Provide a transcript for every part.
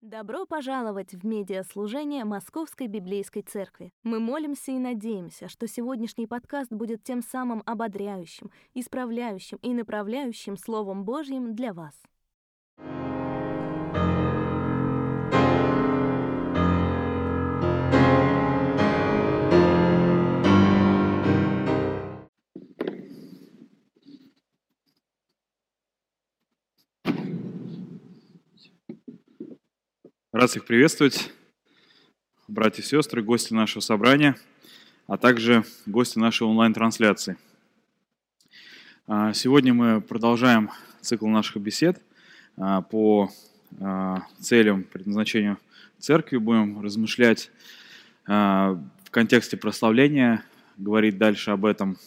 Добро пожаловать в медиаслужение Московской Библейской Церкви. Мы молимся и надеемся, что сегодняшний подкаст будет тем самым ободряющим, исправляющим и направляющим Словом Божьим для вас. Рад всех приветствовать, братья и сестры, гости нашего собрания, а также гости нашей онлайн-трансляции. Сегодня мы продолжаем цикл наших бесед по целям, предназначению церкви. Будем размышлять в контексте прославления, говорить дальше об этом.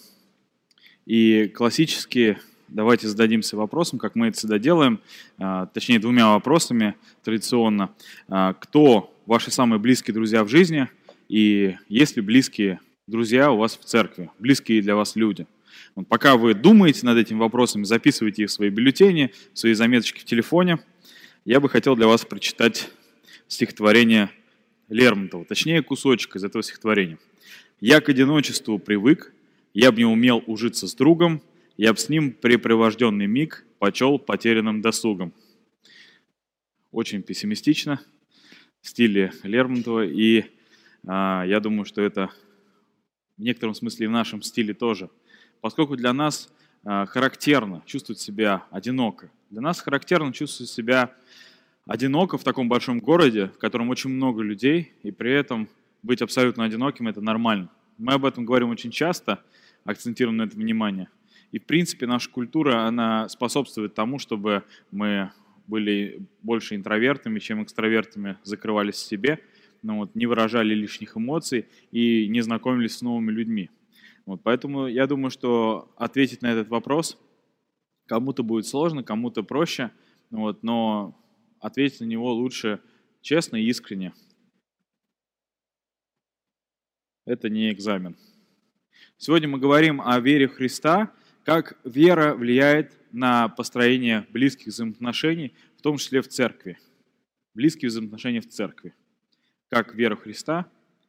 И классически давайте зададимся вопросом, как мы это всегда делаем, точнее двумя вопросами традиционно. Кто ваши самые близкие друзья в жизни и есть ли близкие друзья у вас в церкви, близкие для вас люди? Вот пока вы думаете над этими вопросами, записывайте их в свои бюллетени, в свои заметочки в телефоне, я бы хотел для вас прочитать стихотворение Лермонтова, точнее кусочек из этого стихотворения. «Я к одиночеству привык, я б не умел ужиться с другом, я б с ним препровожденный миг почел потерянным досугом». Очень пессимистично в стиле Лермонтова, и я думаю, что это в некотором смысле и в нашем стиле тоже. Поскольку для нас характерно чувствовать себя одиноко. Для нас характерно чувствовать себя одиноко в таком большом городе, в котором очень много людей, и при этом быть абсолютно одиноким – это нормально. Мы об этом говорим очень часто, акцентируем на это внимание. И, в принципе, наша культура, она способствует тому, чтобы мы были больше интровертами, чем экстравертами, закрывались в себе, не выражали лишних эмоций и не знакомились с новыми людьми. Поэтому я думаю, что ответить на этот вопрос кому-то будет сложно, кому-то проще, но ответить на него лучше честно и искренне. Это не экзамен. Сегодня мы говорим о вере в Христа, как вера влияет на построение близких взаимоотношений, в том числе в церкви. Близкие взаимоотношения в церкви. Как вера в Христа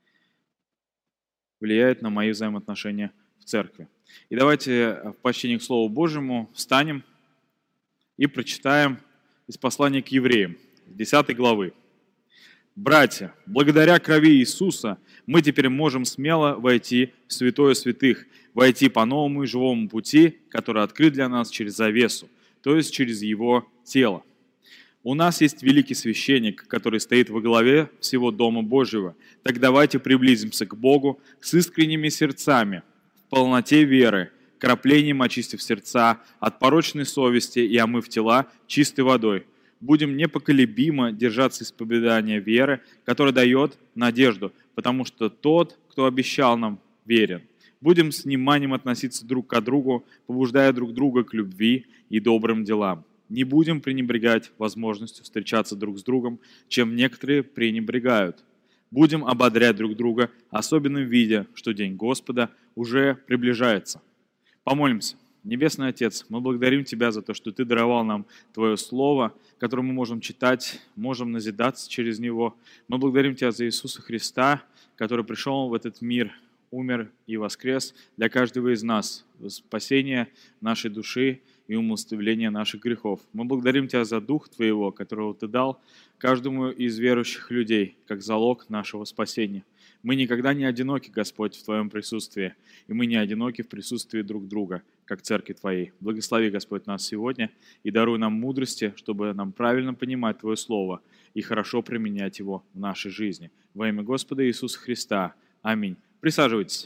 влияет на мои взаимоотношения в церкви. И давайте в почтении к Слову Божьему встанем и прочитаем из послания к евреям, 10 главы. «Братья, благодаря крови Иисуса мы теперь можем смело войти в святое святых, войти по новому и живому пути, который открыт для нас через завесу, то есть через Его тело. У нас есть великий священник, который стоит во главе всего Дома Божьего. Так давайте приблизимся к Богу с искренними сердцами, в полноте веры, краплением очистив сердца от порочной совести и омыв тела чистой водой. Будем непоколебимо держаться исповедания веры, которая дает надежду, потому что тот, кто обещал нам, верен. Будем с вниманием относиться друг к другу, побуждая друг друга к любви и добрым делам. Не будем пренебрегать возможностью встречаться друг с другом, чем некоторые пренебрегают. Будем ободрять друг друга, особенно видя, что День Господа уже приближается». Помолимся. Небесный Отец, мы благодарим Тебя за то, что Ты даровал нам Твое Слово, которое мы можем читать, можем назидаться через него. Мы благодарим Тебя за Иисуса Христа, который пришел в этот мир, умер и воскрес для каждого из нас, за спасение нашей души и умилостивление наших грехов. Мы благодарим Тебя за Дух Твоего, которого Ты дал каждому из верующих людей, как залог нашего спасения. Мы никогда не одиноки, Господь, в Твоем присутствии, и мы не одиноки в присутствии друг друга, как церкви Твоей. Благослови, Господь, нас сегодня и даруй нам мудрости, чтобы нам правильно понимать Твое Слово и хорошо применять его в нашей жизни. Во имя Господа Иисуса Христа. Аминь. Присаживайтесь.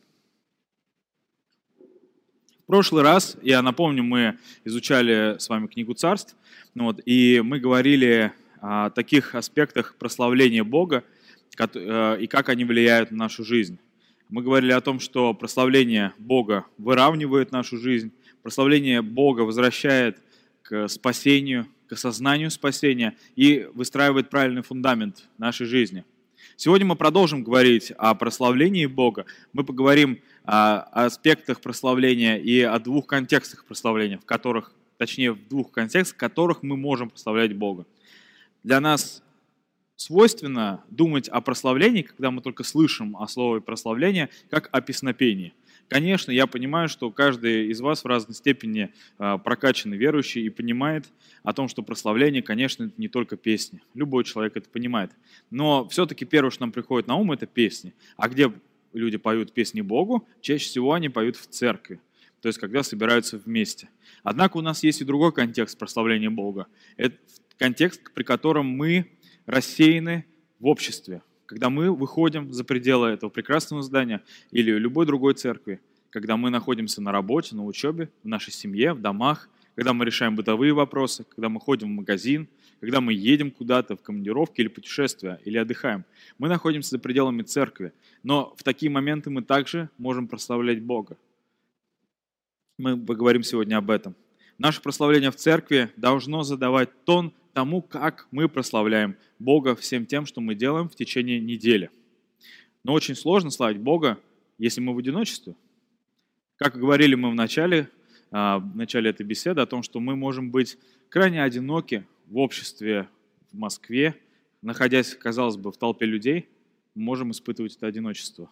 В прошлый раз, я напомню, мы изучали с вами книгу Царств, и мы говорили о таких аспектах прославления Бога, и как они влияют на нашу жизнь. Мы говорили о том, что прославление Бога выравнивает нашу жизнь, прославление Бога возвращает к спасению, к осознанию спасения и выстраивает правильный фундамент нашей жизни. Сегодня мы продолжим говорить о прославлении Бога. Мы поговорим о аспектах прославления и о двух контекстах прославления, в двух контекстах, в которых мы можем прославлять Бога. Для нас свойственно думать о прославлении, когда мы только слышим о слове прославление, как о песнопении. Конечно, я понимаю, что каждый из вас в разной степени прокачанный верующий и понимает о том, что прославление, конечно, это не только песни. Любой человек это понимает. Но все-таки первое, что нам приходит на ум, это песни. А где люди поют песни Богу? Чаще всего они поют в церкви, то есть когда собираются вместе. Однако у нас есть и другой контекст прославления Бога. Это контекст, при котором мы рассеяны в обществе, когда мы выходим за пределы этого прекрасного здания или любой другой церкви, когда мы находимся на работе, на учебе, в нашей семье, в домах, когда мы решаем бытовые вопросы, когда мы ходим в магазин, когда мы едем куда-то в командировки или путешествия, или отдыхаем. Мы находимся за пределами церкви, но в такие моменты мы также можем прославлять Бога. Мы поговорим сегодня об этом. Наше прославление в церкви должно задавать тон тому, как мы прославляем Бога всем тем, что мы делаем в течение недели. Но очень сложно славить Бога, если мы в одиночестве. Как говорили мы в начале этой беседы о том, что мы можем быть крайне одиноки в обществе в Москве, находясь, казалось бы, в толпе людей, мы можем испытывать это одиночество.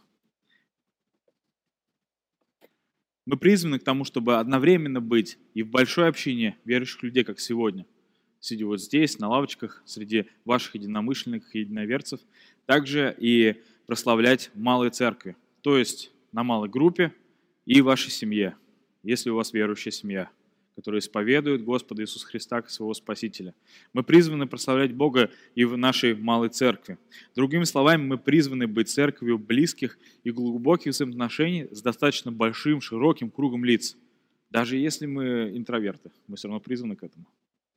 Мы призваны к тому, чтобы одновременно быть и в большой общине верующих людей, как сегодня, сидя вот здесь, на лавочках, среди ваших единомышленников и единоверцев, также и прославлять в малой церкви, то есть на малой группе и в вашей семье, если у вас верующая семья, которая исповедует Господа Иисуса Христа как своего Спасителя. Мы призваны прославлять Бога и в нашей малой церкви. Другими словами, мы призваны быть церковью близких и глубоких взаимоотношений с достаточно большим, широким кругом лиц. Даже если мы интроверты, мы все равно призваны к этому.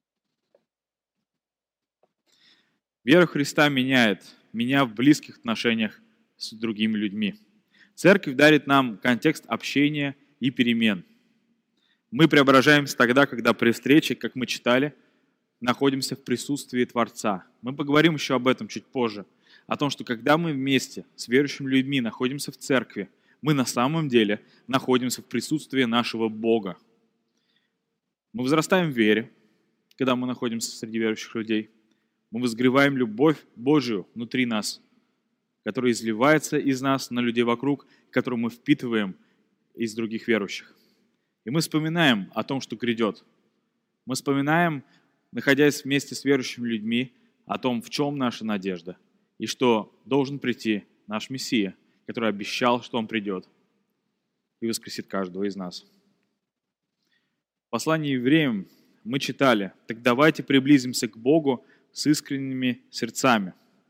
Вера в Христа меняет меня в близких отношениях с другими людьми. Церковь дарит нам контекст общения и перемен. Мы преображаемся тогда, когда при встрече, как мы читали, находимся в присутствии Творца. Мы поговорим еще об этом чуть позже. О том, что когда мы вместе с верующими людьми находимся в церкви, мы на самом деле находимся в присутствии нашего Бога. Мы возрастаем в вере, когда мы находимся среди верующих людей. Мы возгреваем любовь Божию внутри нас, которая изливается из нас на людей вокруг, которую мы впитываем из других верующих. И мы вспоминаем о том, что грядет. Мы вспоминаем, находясь вместе с верующими людьми, о том, в чем наша надежда, и что должен прийти наш Мессия, который обещал, что Он придет и воскресит каждого из нас. В послании Евреям мы читали: «Так давайте приблизимся к Богу с искренними сердцами».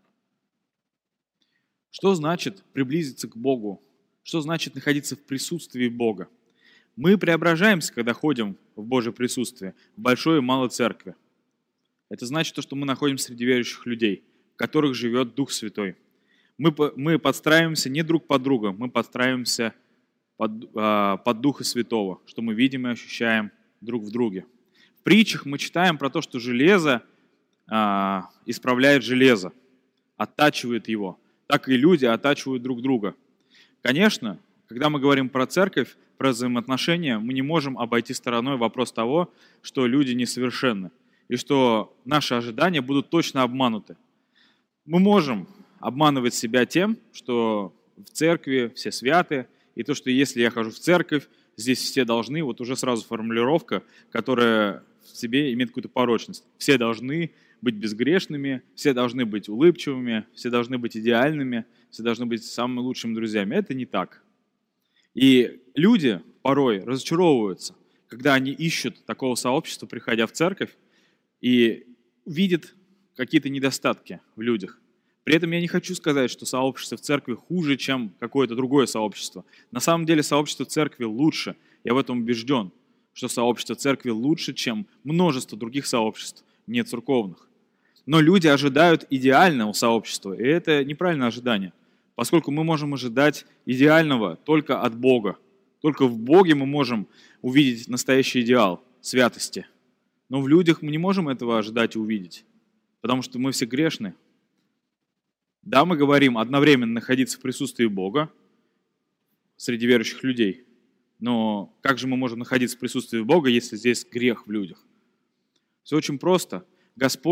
Что значит приблизиться к Богу? Что значит находиться в присутствии Бога? Мы преображаемся, когда ходим в Божье присутствие, в большой и малой церкви. Это значит, что мы находимся среди верующих людей, в которых живет Дух Святой. Мы подстраиваемся не друг под друга, мы подстраиваемся под Духа Святого, что мы видим и ощущаем друг в друге. В притчах мы читаем про то, что железо исправляет железо, оттачивает его. Так и люди оттачивают друг друга. Конечно, когда мы говорим про церковь, про взаимоотношения, мы не можем обойти стороной вопрос того, что люди несовершенны и что наши ожидания будут точно обмануты. Мы можем обманывать себя тем, что в церкви все святы, и то, что если я хожу в церковь, здесь все должны, вот уже сразу формулировка, которая в себе имеет какую-то порочность. Все должны быть безгрешными, все должны быть улыбчивыми, все должны быть идеальными, все должны быть самыми лучшими друзьями. Это не так. И люди порой разочаровываются, когда они ищут такого сообщества, приходя в церковь, и видят какие-то недостатки в людях. При этом я не хочу сказать, что сообщество в церкви хуже, чем какое-то другое сообщество. На самом деле сообщество в церкви лучше. Я в этом убежден, что сообщество в церкви лучше, чем множество других сообществ нецерковных. Но люди ожидают идеального сообщества, и это неправильное ожидание. Поскольку мы можем ожидать идеального только от Бога. Только в Боге мы можем увидеть настоящий идеал святости. Но в людях мы не можем этого ожидать и увидеть, потому что мы все грешны. Да, мы говорим одновременно находиться в присутствии Бога среди верующих людей, но как же мы можем находиться в присутствии Бога, если здесь грех в людях? Все очень просто. Господь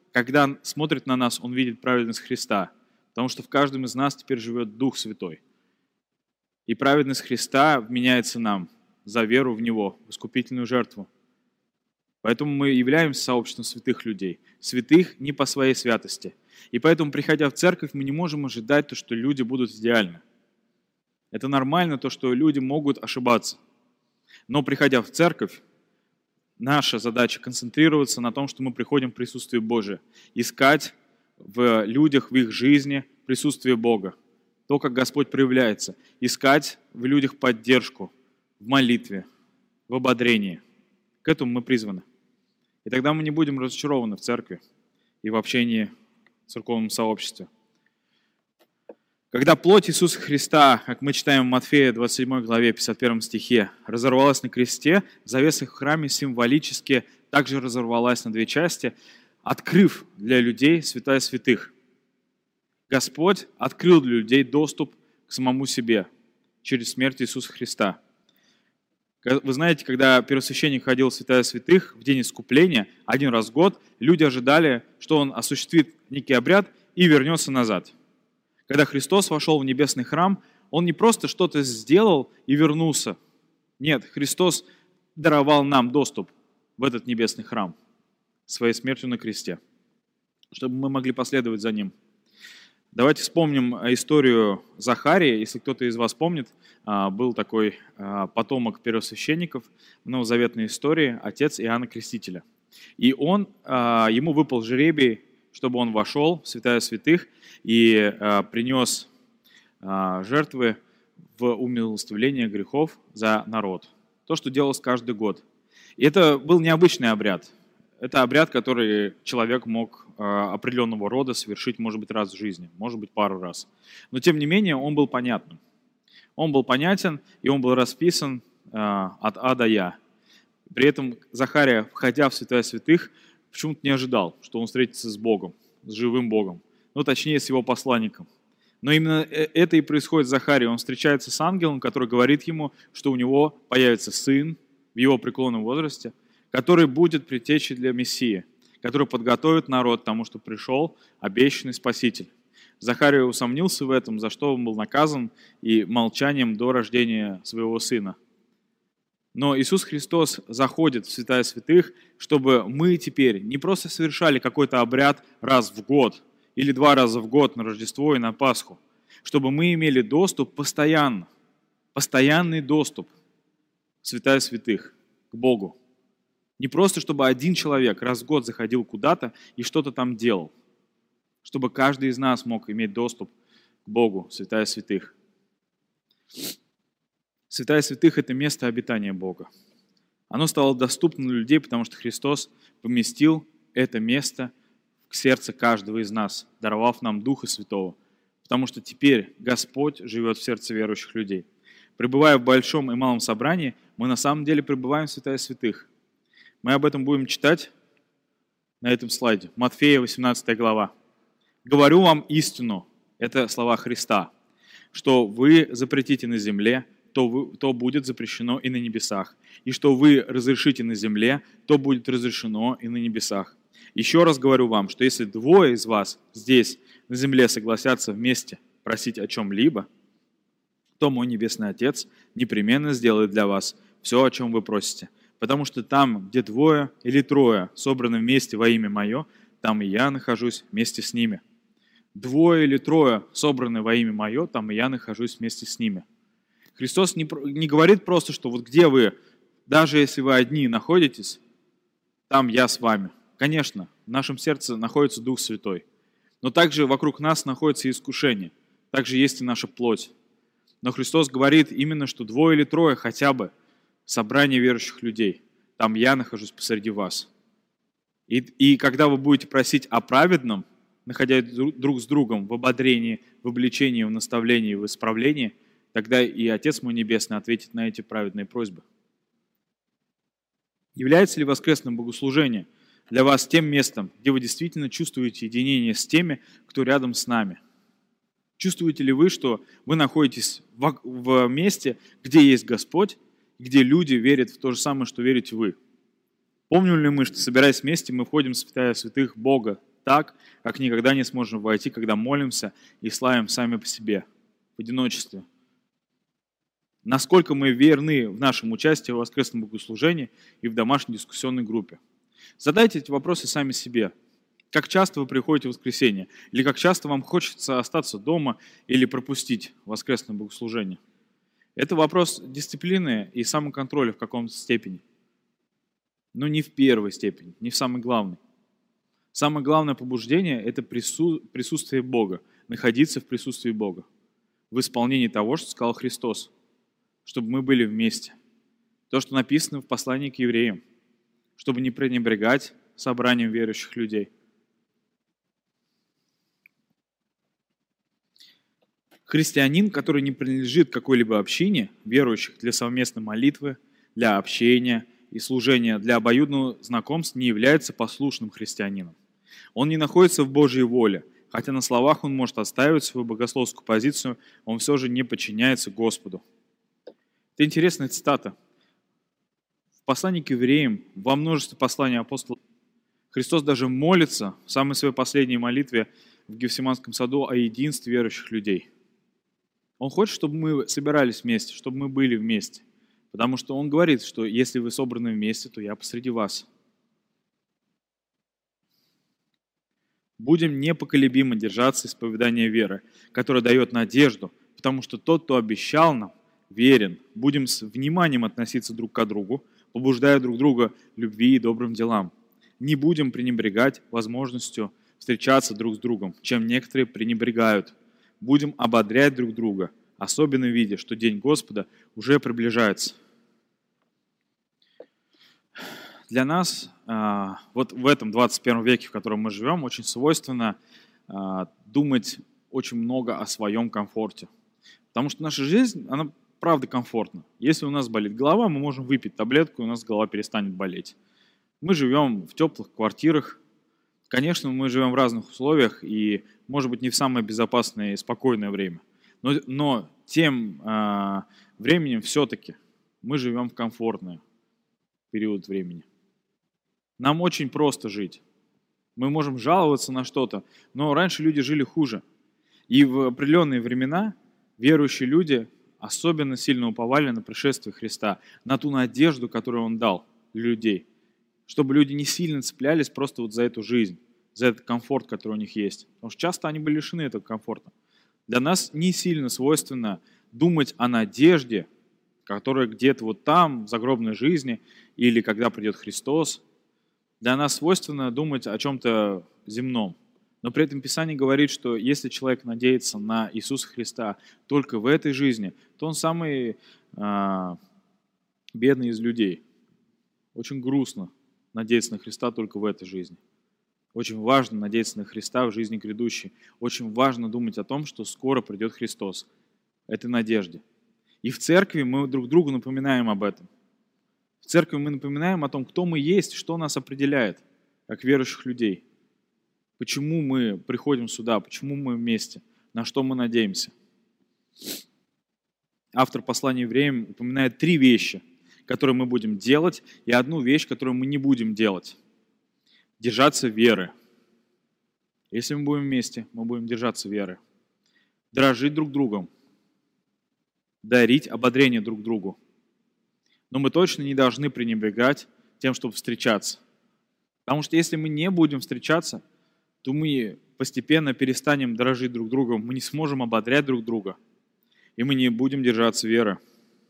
когда смотрит на нас, он видит праведность Христа, потому что в каждом из нас теперь живет Дух Святой. И праведность Христа вменяется нам за веру в Него, в искупительную жертву. Поэтому мы являемся сообществом святых людей. Святых не по своей святости. И поэтому, приходя в церковь, мы не можем ожидать то, что люди будут идеальны. Это нормально, то, что люди могут ошибаться. Но, приходя в церковь, наша задача концентрироваться на том, что мы приходим в присутствие Божие. Искать в людях, в их жизни присутствие Бога. То, как Господь проявляется. Искать в людях поддержку, в молитве, в ободрении. К этому мы призваны. И тогда мы не будем разочарованы в церкви и в общении в церковном сообществе. Когда плоть Иисуса Христа, как мы читаем в Матфея 27 главе 51 стихе, разорвалась на кресте, завеса в храме символически также разорвалась на две части, открыв для людей святая святых. Господь открыл для людей доступ к самому себе через смерть Иисуса Христа. Вы знаете, когда первосвященник ходил в святая святых в день искупления, один раз в год, люди ожидали, что он осуществит некий обряд и вернется назад. Когда Христос вошел в небесный храм, он не просто что-то сделал и вернулся. Нет, Христос даровал нам доступ в этот небесный храм своей смертью на кресте, чтобы мы могли последовать за ним. Давайте вспомним историю Захария. Если кто-то из вас помнит, был такой потомок первосвященников в новозаветной истории, отец Иоанна Крестителя. И ему выпал жребий, чтобы он вошел в святая святых и принес жертвы в умилостивление грехов за народ. То, что делалось каждый год. И это был необычный обряд. Это обряд, который человек мог определенного рода совершить, может быть, раз в жизни, может быть, пару раз. Но, тем не менее, он был понятным. Он был понятен, и он был расписан от А до Я. При этом Захария, входя в святая святых, почему-то не ожидал, что он встретится с Богом, с живым Богом. Ну, точнее, с его посланником. Но именно это и происходит с Захарией. Он встречается с ангелом, который говорит ему, что у него появится сын в его преклонном возрасте, который будет предтечей для Мессии, который подготовит народ к тому, что пришел обещанный Спаситель. Захария усомнился в этом, за что он был наказан и молчанием до рождения своего сына. Но Иисус Христос заходит в святая святых, чтобы мы теперь не просто совершали какой-то обряд раз в год или 2 раза в год на Рождество и на Пасху, чтобы мы имели доступ постоянно, постоянный доступ в святая святых, к Богу. Не просто, чтобы один человек раз в год заходил куда-то и что-то там делал. Чтобы каждый из нас мог иметь доступ к Богу, святая святых. Святая святых – это место обитания Бога. Оно стало доступно для людей, потому что Христос поместил это место в сердце каждого из нас, даровав нам Духа Святого. Потому что теперь Господь живет в сердце верующих людей. Пребывая в большом и малом собрании, мы на самом деле пребываем в святая святых. Мы об этом будем читать на этом слайде. Матфея, 18 глава. «Говорю вам истину», это слова Христа, «что вы запретите на земле, то будет запрещено и на небесах. И что вы разрешите на земле, то будет разрешено и на небесах. Еще раз говорю вам, что если 2 из вас здесь, на земле, согласятся вместе просить о чем-либо, то мой Небесный Отец непременно сделает для вас все, о чем вы просите. Потому что там, где 2 или 3 собраны вместе во имя Мое, там и Я нахожусь вместе с ними. 2 или 3 собраны во имя Мое, там и Я нахожусь вместе с ними». Христос не говорит просто, что вот где вы, даже если вы одни находитесь, там Я с вами. Конечно, в нашем сердце находится Дух Святой, но также вокруг нас находится искушение, также есть и наша плоть. Но Христос говорит именно, что 2 или 3 хотя бы собрание верующих людей, там Я нахожусь посреди вас. И когда вы будете просить о праведном, находясь друг с другом в ободрении, в обличении, в наставлении, в исправлении, тогда и Отец мой Небесный ответит на эти праведные просьбы. Является ли воскресное богослужение для вас тем местом, где вы действительно чувствуете единение с теми, кто рядом с нами? Чувствуете ли вы, что вы находитесь в месте, где есть Господь, где люди верят в то же самое, что верите вы? Помним ли мы, что, собираясь вместе, мы входим в святая святых Бога, так, как никогда не сможем войти, когда молимся и славим сами по себе, в одиночестве. Насколько мы верны в нашем участии в воскресном богослужении и в домашней дискуссионной группе. Задайте эти вопросы сами себе. Как часто вы приходите в воскресенье? Или как часто вам хочется остаться дома или пропустить воскресное богослужение? Это вопрос дисциплины и самоконтроля в каком-то степени. Но не в первой степени, не в самой главной. Самое главное побуждение – это присутствие Бога, находиться в присутствии Бога, в исполнении того, что сказал Христос, чтобы мы были вместе. То, что написано в послании к евреям, чтобы не пренебрегать собранием верующих людей. Христианин, который не принадлежит какой-либо общине верующих для совместной молитвы, для общения и служения, для обоюдного знакомства, не является послушным христианином. Он не находится в Божьей воле, хотя на словах он может отстаивать свою богословскую позицию, он все же не подчиняется Господу. Это интересная цитата. В послании к евреям, во множестве посланий апостола, Христос даже молится в самой своей последней молитве в Гефсиманском саду о единстве верующих людей. Он хочет, чтобы мы собирались вместе, чтобы мы были вместе. Потому что Он говорит, что если вы собраны вместе, то я посреди вас. Будем непоколебимо держаться исповедания веры, которое дает надежду, потому что тот, кто обещал нам, верен. Будем с вниманием относиться друг к другу, побуждая друг друга любви и добрым делам. Не будем пренебрегать возможностью встречаться друг с другом, чем некоторые пренебрегают. Будем ободрять друг друга, особенно видя, что День Господа уже приближается. Для нас вот в этом 21 веке, в котором мы живем, очень свойственно думать очень много о своем комфорте. Потому что наша жизнь, она правда комфортна. Если у нас болит голова, мы можем выпить таблетку, и у нас голова перестанет болеть. Мы живем в теплых квартирах. Конечно, мы живем в разных условиях и, может быть, не в самое безопасное и спокойное время. Но тем временем все-таки мы живем в комфортный период времени. Нам очень просто жить. Мы можем жаловаться на что-то, но раньше люди жили хуже. И в определенные времена верующие люди особенно сильно уповали на пришествие Христа, на ту надежду, которую Он дал для людей, чтобы люди не сильно цеплялись просто вот за эту жизнь, за этот комфорт, который у них есть. Потому что часто они были лишены этого комфорта. Для нас не сильно свойственно думать о надежде, которая где-то вот там, в загробной жизни, или когда придет Христос. Для нас свойственно думать о чем-то земном. Но при этом Писание говорит, что если человек надеется на Иисуса Христа только в этой жизни, то он самый бедный из людей. Очень грустно надеяться на Христа только в этой жизни. Очень важно надеяться на Христа в жизни грядущей. Очень важно думать о том, что скоро придет Христос. Это надежде. И в церкви мы друг другу напоминаем об этом. В церкви мы напоминаем о том, кто мы есть, что нас определяет, как верующих людей. Почему мы приходим сюда, почему мы вместе, на что мы надеемся. Автор послания евреям упоминает 3 вещи, которые мы будем делать, и одну вещь, которую мы не будем делать. Держаться веры. Если мы будем вместе, мы будем держаться веры. Дорожить друг другом. Дарить ободрение друг другу. Но мы точно не должны пренебрегать тем, чтобы встречаться. Потому что если мы не будем встречаться, то мы постепенно перестанем дорожить друг другом, мы не сможем ободрять друг друга, и мы не будем держаться веры.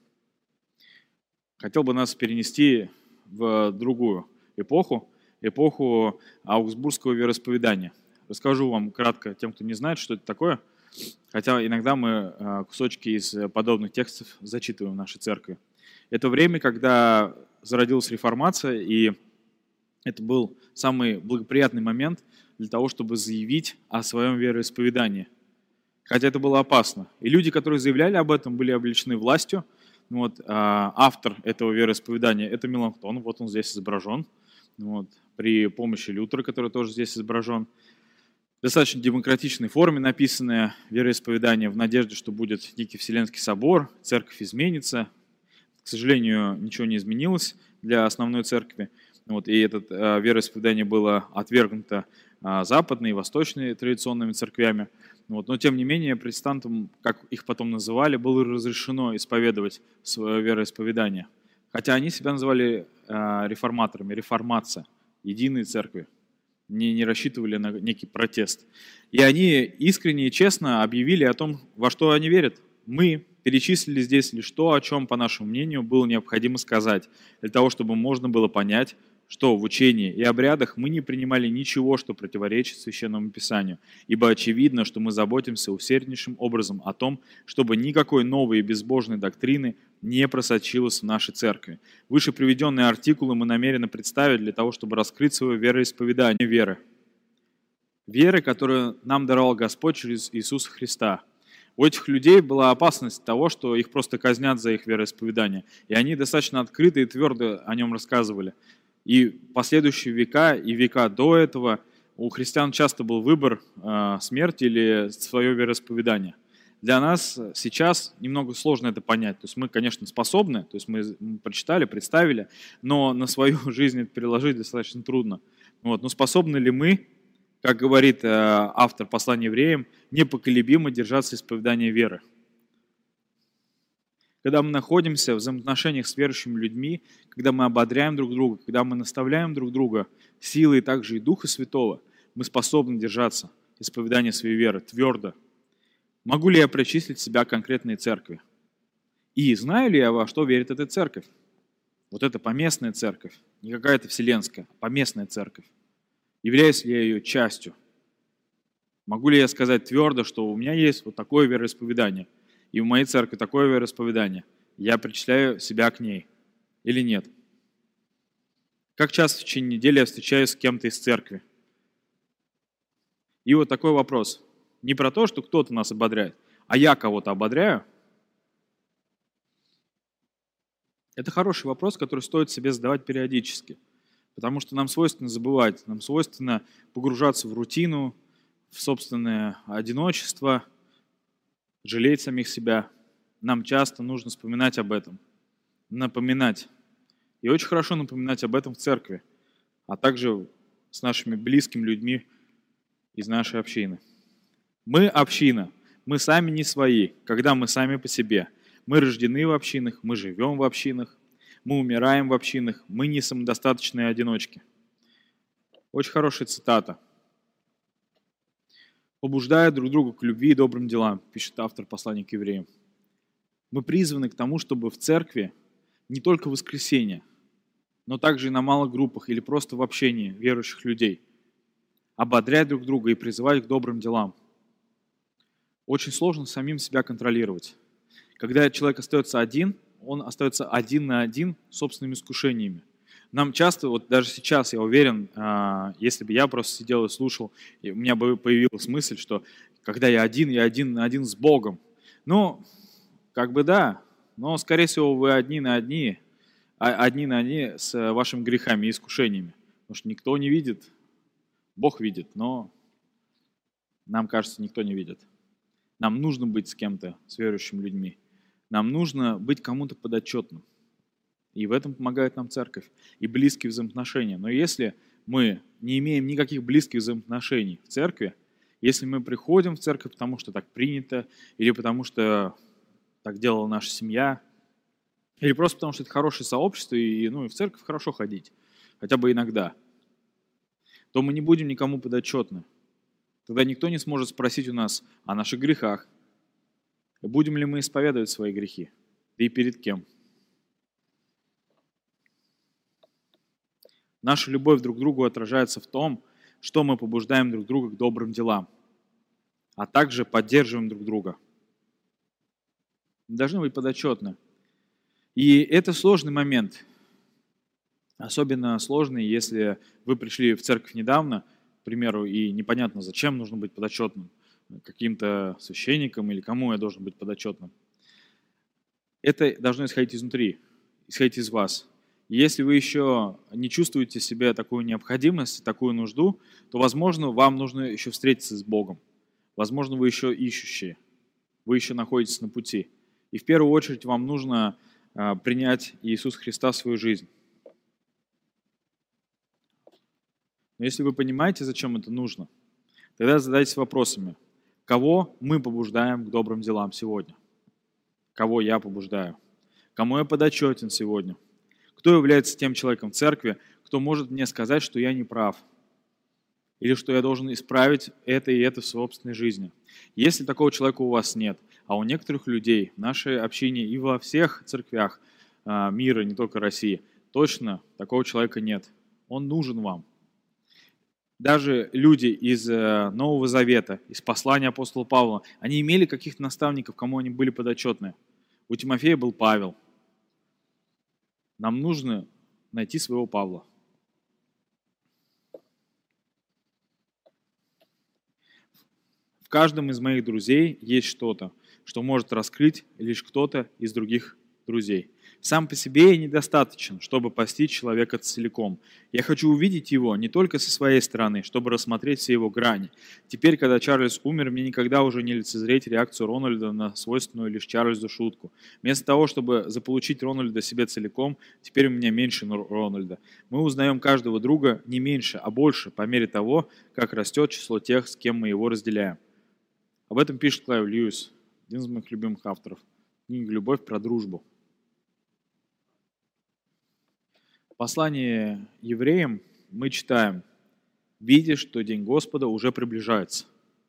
Хотел бы нас перенести в другую эпоху аугсбургского вероисповедания. Расскажу вам кратко тем, кто не знает, что это такое, хотя иногда мы кусочки из подобных текстов зачитываем в нашей церкви. Это время, когда зародилась реформация, и это был самый благоприятный момент для того, чтобы заявить о своем вероисповедании. Хотя это было опасно. И люди, которые заявляли об этом, были облечены властью. Автор этого вероисповедания – это Меланхтон, вот он здесь изображен. При помощи Лютера, который тоже здесь изображен. В достаточно демократичной форме написанное вероисповедание в надежде, что будет некий Вселенский собор, церковь изменится. К сожалению, ничего не изменилось для основной церкви. И это вероисповедание было отвергнуто западной и восточной традиционными церквями. Вот. Но тем не менее протестантам, как их потом называли, было разрешено исповедовать свое вероисповедание. Хотя они себя называли реформаторами, реформация, единой церкви. Не рассчитывали на некий протест. И они искренне и честно объявили о том, во что они верят. Мы перечислили здесь лишь то, о чем, по нашему мнению, было необходимо сказать, для того, чтобы можно было понять, что в учении и обрядах мы не принимали ничего, что противоречит Священному Писанию, ибо очевидно, что мы заботимся усерднейшим образом о том, чтобы никакой новой и безбожной доктрины не просочилось в нашей церкви. Выше приведенные артикулы мы намерены представить для того, чтобы раскрыть свое вероисповедание веры. Веры, которую нам даровал Господь через Иисуса Христа. У этих людей была опасность того, что их просто казнят за их вероисповедание. И они достаточно открыто и твердо о нем рассказывали. И последующие века и века до этого у христиан часто был выбор смерти или свое вероисповедание. Для нас сейчас немного сложно это понять. То есть мы, конечно, способны, то есть мы прочитали, представили, но на свою жизнь это переложить достаточно трудно. Вот. Но способны ли мы, как говорит автор послания евреям, непоколебимо держаться исповедания веры? Когда мы находимся в взаимоотношениях с верующими людьми, когда мы ободряем друг друга, когда мы наставляем друг друга силой также и Духа Святого, мы способны держаться исповедания своей веры твердо. Могу ли я причислить себя к конкретной церкви? И знаю ли я, во что верит эта церковь? Вот это поместная церковь, не какая-то вселенская, а поместная церковь. Являюсь ли я ее частью? Могу ли я сказать твердо, что у меня есть вот такое вероисповедание, и в моей церкви такое вероисповедание, я причисляю себя к ней или нет? Как часто в течение недели я встречаюсь с кем-то из церкви? И вот такой вопрос. Не про то, что кто-то нас ободряет, а я кого-то ободряю? Это хороший вопрос, который стоит себе задавать периодически, потому что нам свойственно забывать, нам свойственно погружаться в рутину, в собственное одиночество, жалеть самих себя. Нам часто нужно вспоминать об этом, напоминать. И очень хорошо напоминать об этом в церкви, а также с нашими близкими людьми из нашей общины. Мы община, мы сами не свои, когда мы сами по себе. Мы рождены в общинах, мы живем в общинах, мы умираем в общинах, мы не самодостаточные одиночки. Очень хорошая цитата. «Побуждая друг друга к любви и добрым делам», пишет автор послания к евреям. Мы призваны к тому, чтобы в церкви не только в воскресенье, но также и на малых группах или просто в общении верующих людей ободрять друг друга и призывать к добрым делам. Очень сложно самим себя контролировать. Когда человек остается один, он остается один на один с собственными искушениями. Нам часто, вот даже сейчас, я уверен, если бы я просто сидел и слушал, и у меня бы появилась мысль, что когда я один на один с Богом. Ну, как бы да, но, скорее всего, вы одни на одни с вашими грехами и искушениями. Потому что никто не видит, Бог видит, но нам кажется, никто не видит. Нам нужно быть с кем-то, с верующими людьми. Нам нужно быть кому-то подотчетным. И в этом помогает нам церковь и близкие взаимоотношения. Но если мы не имеем никаких близких взаимоотношений в церкви, если мы приходим в церковь, потому что так принято, или потому что так делала наша семья, или просто потому что это хорошее сообщество, и в церковь хорошо ходить, хотя бы иногда, то мы не будем никому подотчетны. Тогда никто не сможет спросить у нас о наших грехах. Будем ли мы исповедовать свои грехи? Да и перед кем? Наша любовь друг к другу отражается в том, что мы побуждаем друг друга к добрым делам, а также поддерживаем друг друга. Мы должны быть подотчетны. И это сложный момент. Особенно сложный, если вы пришли в церковь недавно, к примеру, и непонятно, зачем нужно быть подотчетным, каким-то священником или кому я должен быть подотчетным. Это должно исходить изнутри, исходить из вас. Если вы еще не чувствуете в себе такую необходимость, такую нужду, то, возможно, вам нужно еще встретиться с Богом. Возможно, вы еще ищущие, вы еще находитесь на пути. И в первую очередь вам нужно принять Иисуса Христа в свою жизнь. Но если вы понимаете, зачем это нужно, тогда задайтесь вопросами, кого мы побуждаем к добрым делам сегодня? Кого я побуждаю? Кому я подотчетен сегодня? Кто является тем человеком в церкви, кто может мне сказать, что я не прав? Или что я должен исправить это и это в собственной жизни? Если такого человека у вас нет, а у некоторых людей в нашей общине и во всех церквях мира, не только России, точно такого человека нет. Он нужен вам. Даже люди из Нового Завета, из послания апостола Павла, они имели каких-то наставников, кому они были подотчетны. У Тимофея был Павел. Нам нужно найти своего Павла. В каждом из моих друзей есть что-то, что может раскрыть лишь кто-то из других друзей. Сам по себе я недостаточен, чтобы постичь человека целиком. Я хочу увидеть его не только со своей стороны, чтобы рассмотреть все его грани. Теперь, когда Чарльз умер, мне никогда уже не лицезреть реакцию Рональда на свойственную лишь Чарльзу шутку. Вместо того, чтобы заполучить Рональда себе целиком, теперь у меня меньше Рональда. Мы узнаем каждого друга не меньше, а больше, по мере того, как растет число тех, с кем мы его разделяем. Об этом пишет Клайв Льюис, один из моих любимых авторов. Книга «Любовь» про дружбу. В послании евреям мы читаем: «Видя, что день Господа уже приближается».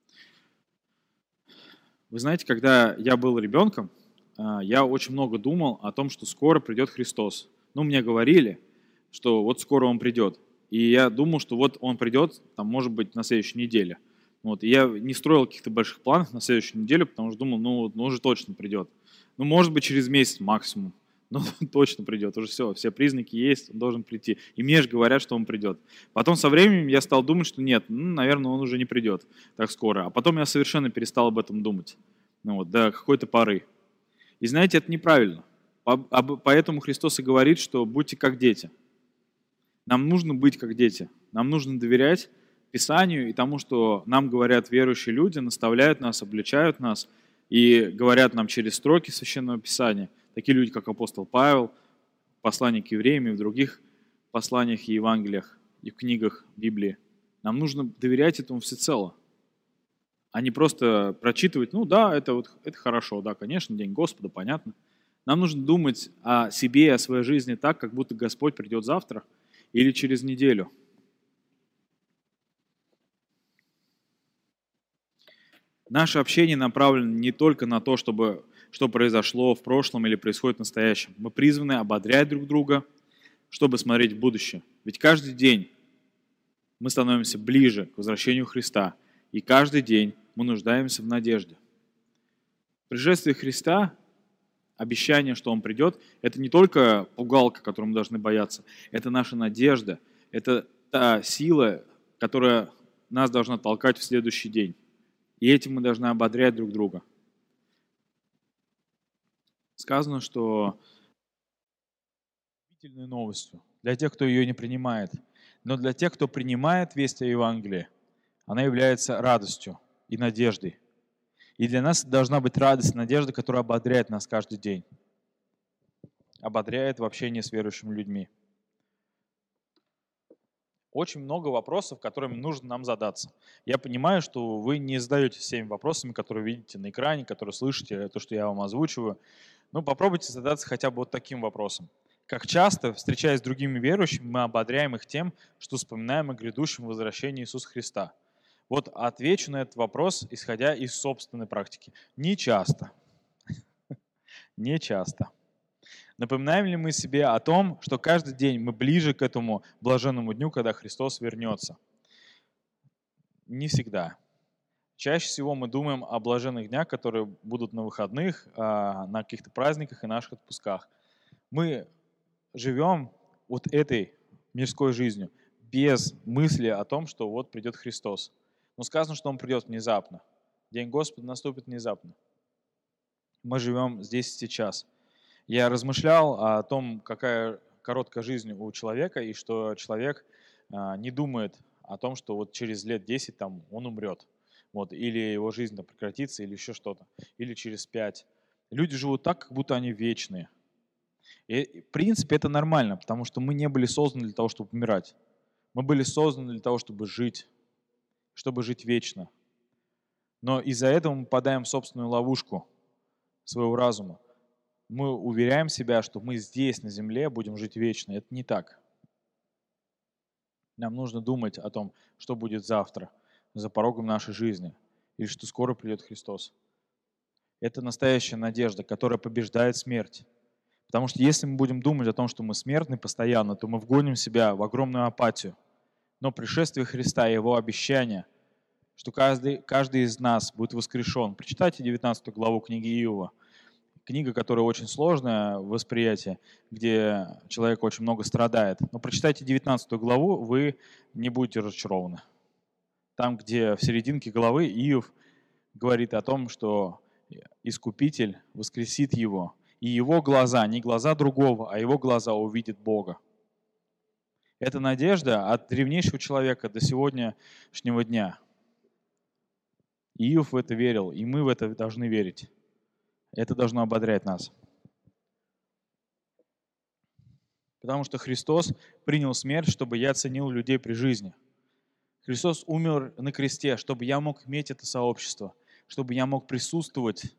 Вы знаете, когда я был ребенком, я очень много думал о том, что скоро придет Христос. Мне говорили, что вот скоро Он придет. И я думал, что вот Он придет, может быть, на следующей неделе. И я не строил каких-то больших планов на следующую неделю, потому что думал, он уже точно придет. Может быть, через месяц максимум. Но он точно придет, уже все признаки есть, он должен прийти. И мне же говорят, что он придет. Потом со временем я стал думать, что нет, наверное, он уже не придет так скоро. А потом я совершенно перестал об этом думать. До какой-то поры. И знаете, это неправильно. Поэтому Христос и говорит, что будьте как дети. Нам нужно быть как дети. Нам нужно доверять Писанию и тому, что нам говорят верующие люди, наставляют нас, обличают нас и говорят нам через строки Священного Писания. Такие люди, как апостол Павел, в послании к евреям и в других посланиях и Евангелиях, и в книгах Библии. Нам нужно доверять этому всецело, а не просто прочитывать, это хорошо, да, конечно, День Господа, понятно. Нам нужно думать о себе и о своей жизни так, как будто Господь придет завтра или через неделю. Наше общение направлено не только на то, что произошло в прошлом или происходит в настоящем. Мы призваны ободрять друг друга, чтобы смотреть в будущее. Ведь каждый день мы становимся ближе к возвращению Христа, и каждый день мы нуждаемся в надежде. Пришествие Христа, обещание, что Он придет, это не только пугалка, которой мы должны бояться, это наша надежда, это та сила, которая нас должна толкать в следующий день. И этим мы должны ободрять друг друга. Сказано, что удивительной новостью для тех, кто ее не принимает, но для тех, кто принимает весть о Евангелии, она является радостью и надеждой. И для нас должна быть радость и надежда, которая ободряет нас каждый день. Ободряет в общении с верующими людьми. Очень много вопросов, которыми нужно нам задаться. Я понимаю, что вы не задаетесь всеми вопросами, которые видите на экране, которые слышите, то, что я вам озвучиваю. Попробуйте задаться хотя бы вот таким вопросом. Как часто, встречаясь с другими верующими, мы ободряем их тем, что вспоминаем о грядущем возвращении Иисуса Христа? Отвечу на этот вопрос, исходя из собственной практики. Не часто. Не часто. Напоминаем ли мы себе о том, что каждый день мы ближе к этому блаженному дню, когда Христос вернется? Не всегда. Чаще всего мы думаем о блаженных днях, которые будут на выходных, на каких-то праздниках и наших отпусках. Мы живем этой мирской жизнью без мысли о том, что придет Христос. Но сказано, что Он придет внезапно. День Господа наступит внезапно. Мы живем здесь и сейчас. Я размышлял о том, какая короткая жизнь у человека, и что человек не думает о том, что через лет 10 он умрет, или его жизнь прекратится, или еще что-то, или через 5. Люди живут так, как будто они вечные. И в принципе это нормально, потому что мы не были созданы для того, чтобы умирать. Мы были созданы для того, чтобы жить вечно. Но из-за этого мы попадаем в собственную ловушку своего разума. Мы уверяем себя, что мы здесь, на земле, будем жить вечно. Это не так. Нам нужно думать о том, что будет завтра, за порогом нашей жизни, или что скоро придет Христос. Это настоящая надежда, которая побеждает смерть. Потому что если мы будем думать о том, что мы смертны постоянно, то мы вгоним себя в огромную апатию. Но пришествие Христа и Его обещание, что каждый из нас будет воскрешен. Прочитайте 19 главу книги Иова. Книга, которая очень сложная в восприятии, где человек очень много страдает. Но прочитайте 19 главу, вы не будете разочарованы. Там, где в серединке главы Иов говорит о том, что Искупитель воскресит его, и его глаза, не глаза другого, а его глаза увидят Бога. Это надежда от древнейшего человека до сегодняшнего дня. Иов в это верил, и мы в это должны верить. Это должно ободрять нас. Потому что Христос принял смерть, чтобы я ценил людей при жизни. Христос умер на кресте, чтобы я мог иметь это сообщество, чтобы я мог присутствовать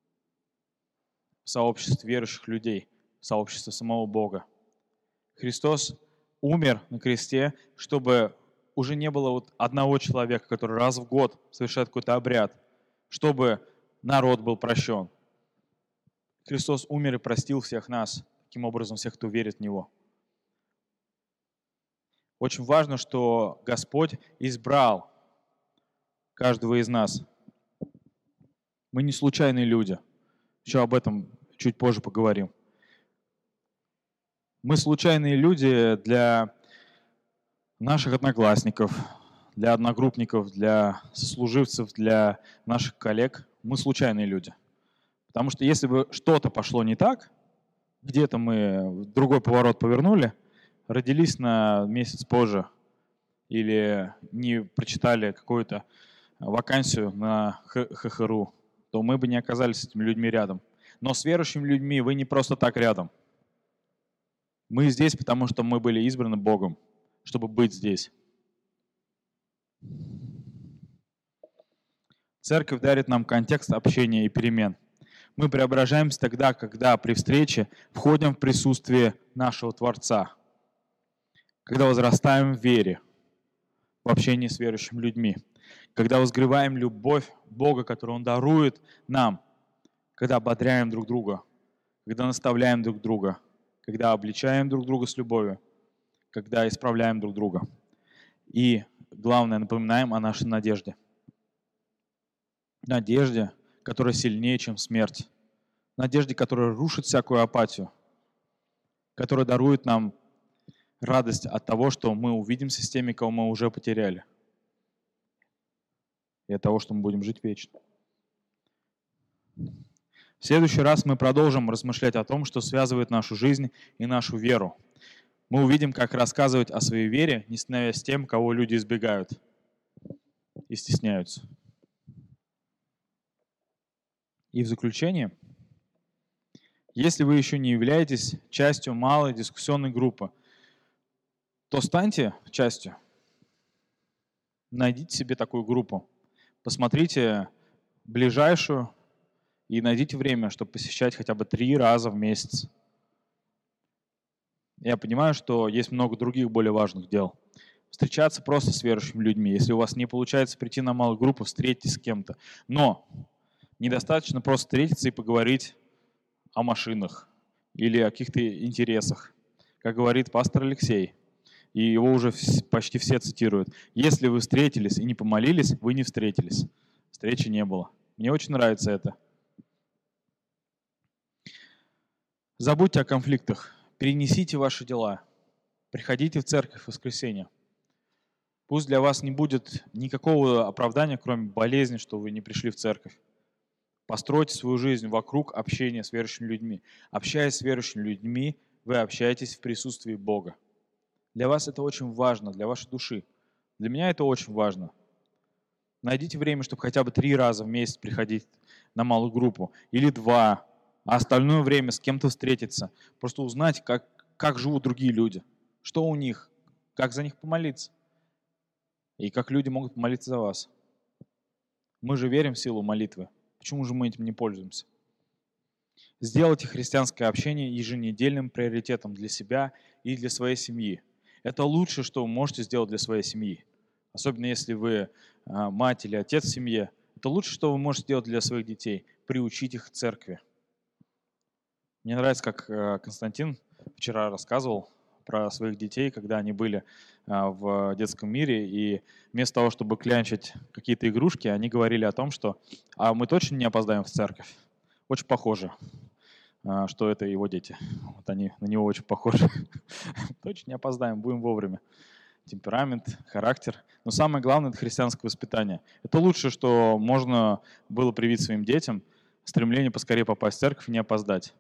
в сообществе верующих людей, в сообществе самого Бога. Христос умер на кресте, чтобы уже не было вот одного человека, который раз в год совершает какой-то обряд, чтобы народ был прощен. Христос умер и простил всех нас, таким образом всех, кто верит в Него. Очень важно, что Господь избрал каждого из нас. Мы не случайные люди. Еще об этом чуть позже поговорим. Мы случайные люди для наших одноклассников, для одногруппников, для сослуживцев, для наших коллег. Мы случайные люди. Потому что если бы что-то пошло не так, где-то мы в другой поворот повернули, родились на месяц позже или не прочитали какую-то вакансию на ХХРУ, то мы бы не оказались с этими людьми рядом. Но с верующими людьми вы не просто так рядом. Мы здесь, потому что мы были избраны Богом, чтобы быть здесь. Церковь дарит нам контекст общения и перемен. Мы преображаемся тогда, когда при встрече входим в присутствие нашего Творца, когда возрастаем в вере, в общении с верующими людьми, когда возгреваем любовь Бога, которую Он дарует нам, когда ободряем друг друга, когда наставляем друг друга, когда обличаем друг друга с любовью, когда исправляем друг друга. И, главное, напоминаем о нашей надежде. Надежде, которая сильнее, чем смерть. Надежде, которая рушит всякую апатию, которая дарует нам радость от того, что мы увидимся с теми, кого мы уже потеряли. И от того, что мы будем жить вечно. В следующий раз мы продолжим размышлять о том, что связывает нашу жизнь и нашу веру. Мы увидим, как рассказывать о своей вере, не становясь тем, кого люди избегают и стесняются. И в заключение, если вы еще не являетесь частью малой дискуссионной группы, то станьте частью. Найдите себе такую группу. Посмотрите ближайшую и найдите время, чтобы посещать хотя бы 3 раза в месяц. Я понимаю, что есть много других более важных дел. Встречаться просто с верующими людьми. Если у вас не получается прийти на малую группу, встретитесь с кем-то. Но недостаточно просто встретиться и поговорить о машинах или о каких-то интересах. Как говорит пастор Алексей, и его уже почти все цитируют. Если вы встретились и не помолились, вы не встретились. Встречи не было. Мне очень нравится это. Забудьте о конфликтах. Перенесите ваши дела. Приходите в церковь в воскресенье. Пусть для вас не будет никакого оправдания, кроме болезни, что вы не пришли в церковь. Постройте свою жизнь вокруг общения с верующими людьми. Общаясь с верующими людьми, вы общаетесь в присутствии Бога. Для вас это очень важно, для вашей души. Для меня это очень важно. Найдите время, чтобы хотя бы 3 раза в месяц приходить на малую группу. Или 2, а остальное время с кем-то встретиться. Просто узнать, как живут другие люди. Что у них, как за них помолиться и как люди могут помолиться за вас. Мы же верим в силу молитвы. Почему же мы этим не пользуемся? Сделайте христианское общение еженедельным приоритетом для себя и для своей семьи. Это лучшее, что вы можете сделать для своей семьи. Особенно если вы мать или отец в семье. Это лучшее, что вы можете сделать для своих детей. Приучить их к церкви. Мне нравится, как Константин вчера рассказывал про своих детей, когда они были в детском мире, и вместо того, чтобы клянчить какие-то игрушки, они говорили о том, что мы точно не опоздаем в церковь. Очень похоже, что это его дети. Вот они на него очень похожи. Точно не опоздаем, будем вовремя. Темперамент, характер. Но самое главное – это христианское воспитание. Это лучшее, что можно было привить своим детям, стремление поскорее попасть в церковь и не опоздать.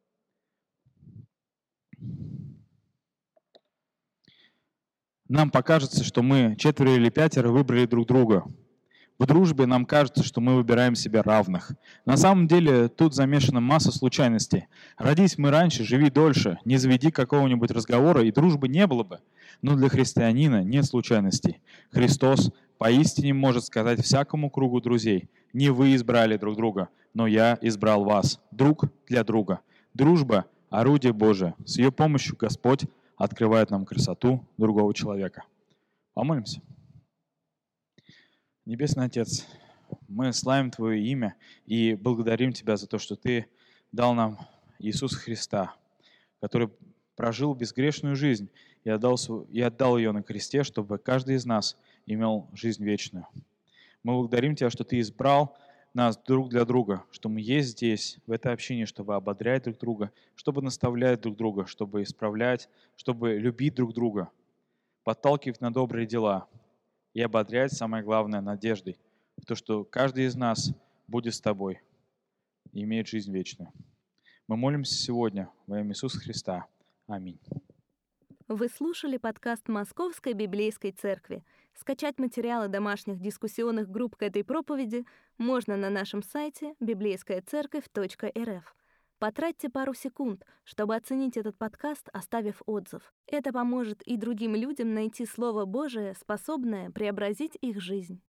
Нам покажется, что мы 4 или 5 выбрали друг друга. В дружбе нам кажется, что мы выбираем себе равных. На самом деле тут замешана масса случайностей. Родись мы раньше, живи дольше, не заведи какого-нибудь разговора, и дружбы не было бы. Но для христианина нет случайностей. Христос поистине может сказать всякому кругу друзей: не вы избрали друг друга, но я избрал вас, друг для друга. Дружба – орудие Божие. С ее помощью Господь открывает нам красоту другого человека. Помолимся. Небесный Отец, мы славим Твое имя и благодарим Тебя за то, что Ты дал нам Иисуса Христа, который прожил безгрешную жизнь и отдал ее на кресте, чтобы каждый из нас имел жизнь вечную. Мы благодарим Тебя, что Ты избрал нас друг для друга, что мы есть здесь, в этой общине, чтобы ободрять друг друга, чтобы наставлять друг друга, чтобы исправлять, чтобы любить друг друга, подталкивать на добрые дела и ободрять, самое главное, надеждой в то, что каждый из нас будет с Тобой и имеет жизнь вечную. Мы молимся сегодня во имя Иисуса Христа. Аминь. Вы слушали подкаст Московской библейской церкви. Скачать материалы домашних дискуссионных групп к этой проповеди можно на нашем сайте библейскаяцерковь.рф. Потратьте пару секунд, чтобы оценить этот подкаст, оставив отзыв. Это поможет и другим людям найти Слово Божие, способное преобразить их жизнь.